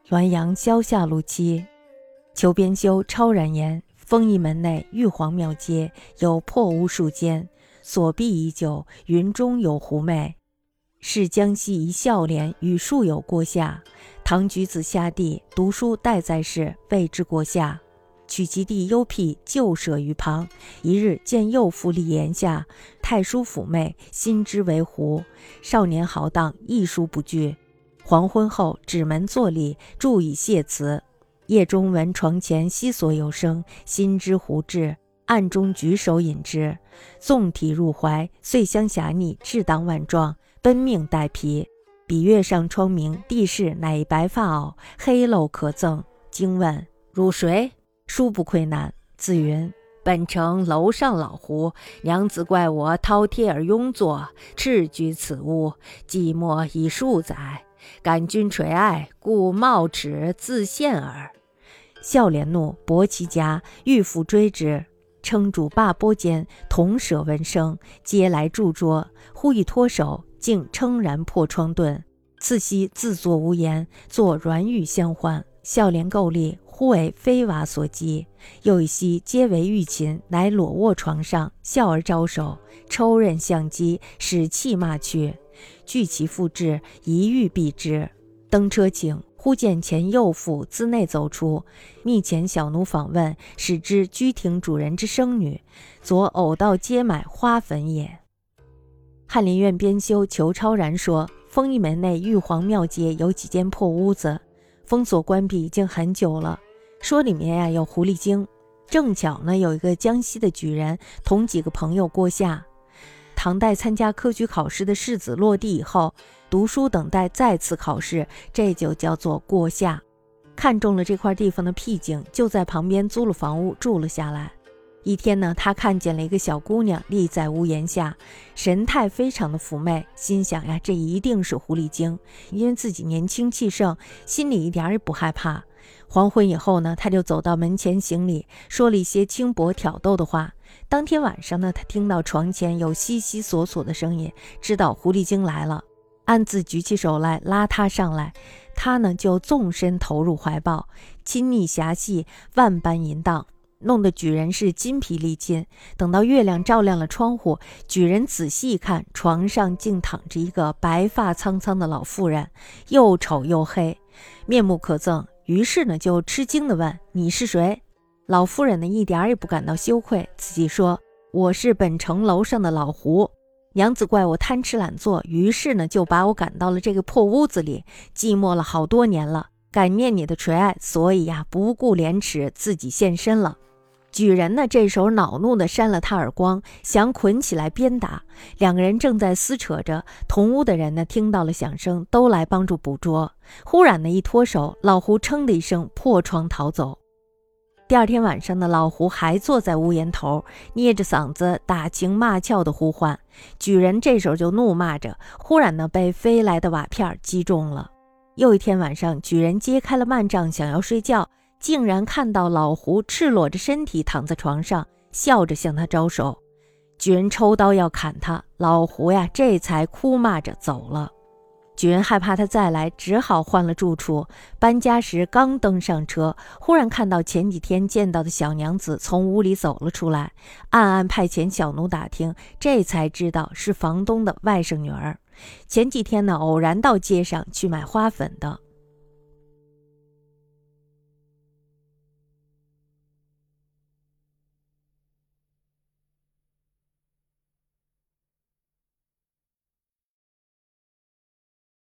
滦阳萧下路期，求编修超然言，丰邑门内玉皇庙街有破屋数间，所闭已久，云中有狐媚。是江西一孝廉与数有过下，唐举子下地读书待在室，谓之过下。取其地幽僻，旧舍于旁。一日见幼妇立檐下，太叔妩媚，心之为狐。少年豪荡，一书不惧。黄昏后，指门作礼，助以谢辞。夜中闻床前悉所有声，心之狐至，暗中举手饮之，纵体入怀，遂相遐逆，至当万状，奔命待皮。笔月上窗明，地势乃一白发袄，黑镂可憎。惊问汝谁？殊不愧难。自云本城楼上老狐，娘子怪我饕餮而庸作，赤居此屋，寂寞已数载，感君垂爱，故冒齿自献耳。孝廉怒，搏其颊，欲复追之，称主罢拨间，同舍闻声，皆来助捉。忽一脱手，竟铿然破窗遁。次夕自作无言，作软语相唤。孝廉构立，忽为飞瓦所击。又一夕，皆为玉琴，乃裸卧床上，笑而招手，抽刃相击，使气骂去。据其复至，一欲避之。登车请，忽见前幼妇自内走出，密遣小奴访问，使之居庭主人之生女，昨偶到街买花粉也。翰林院编修裘超然说，丰邑门内玉皇庙街有几间破屋子，封锁关闭已经很久了，说里面有狐狸精。正巧呢，有一个江西的举人同几个朋友过夏。唐代参加科举考试的士子落地以后，读书等待再次考试，这就叫做过夏。看中了这块地方的僻静，就在旁边租了房屋住了下来。一天呢，他看见了一个小姑娘立在屋檐下，神态非常的妩媚，心想呀，这一定是狐狸精，因为自己年轻气盛，心里一点也不害怕。黄昏以后呢，他就走到门前行礼，说了一些轻薄挑逗的话。当天晚上呢，他听到床前有悉悉索索的声音，知道狐狸精来了，暗自举起手来拉他上来。他呢就纵身投入怀抱，亲昵遐细，万般淫荡，弄得举人是筋疲力尽。等到月亮照亮了窗户，举人仔细一看，床上竟躺着一个白发苍苍的老妇人，又丑又黑，面目可憎。于是呢就吃惊地问，你是谁？老妇人呢一点也不感到羞愧，自己说，我是本城楼上的老狐，娘子怪我贪吃懒做，于是呢就把我赶到了这个破屋子里，寂寞了好多年了，感念你的垂爱，所以呀不顾廉耻，自己现身了。举人呢这时候恼怒地扇了他耳光，想捆起来鞭打。两个人正在撕扯着，同屋的人呢听到了响声，都来帮助捕捉。忽然呢一脱手，老狐噌的一声破窗逃走。第二天晚上呢，老狐还坐在屋檐头，捏着嗓子打情骂俏的呼唤。举人这时候就怒骂着，忽然呢被飞来的瓦片击中了。又一天晚上，举人揭开了幔帐想要睡觉，竟然看到老狐赤裸着身体躺在床上，笑着向他招手。举人抽刀要砍他，老狐呀这才哭骂着走了。举人害怕他再来，只好换了住处。搬家时刚登上车，忽然看到前几天见到的小娘子从屋里走了出来，暗暗派遣小奴打听，这才知道是房东的外甥女儿。前几天呢偶然到街上去买花粉的。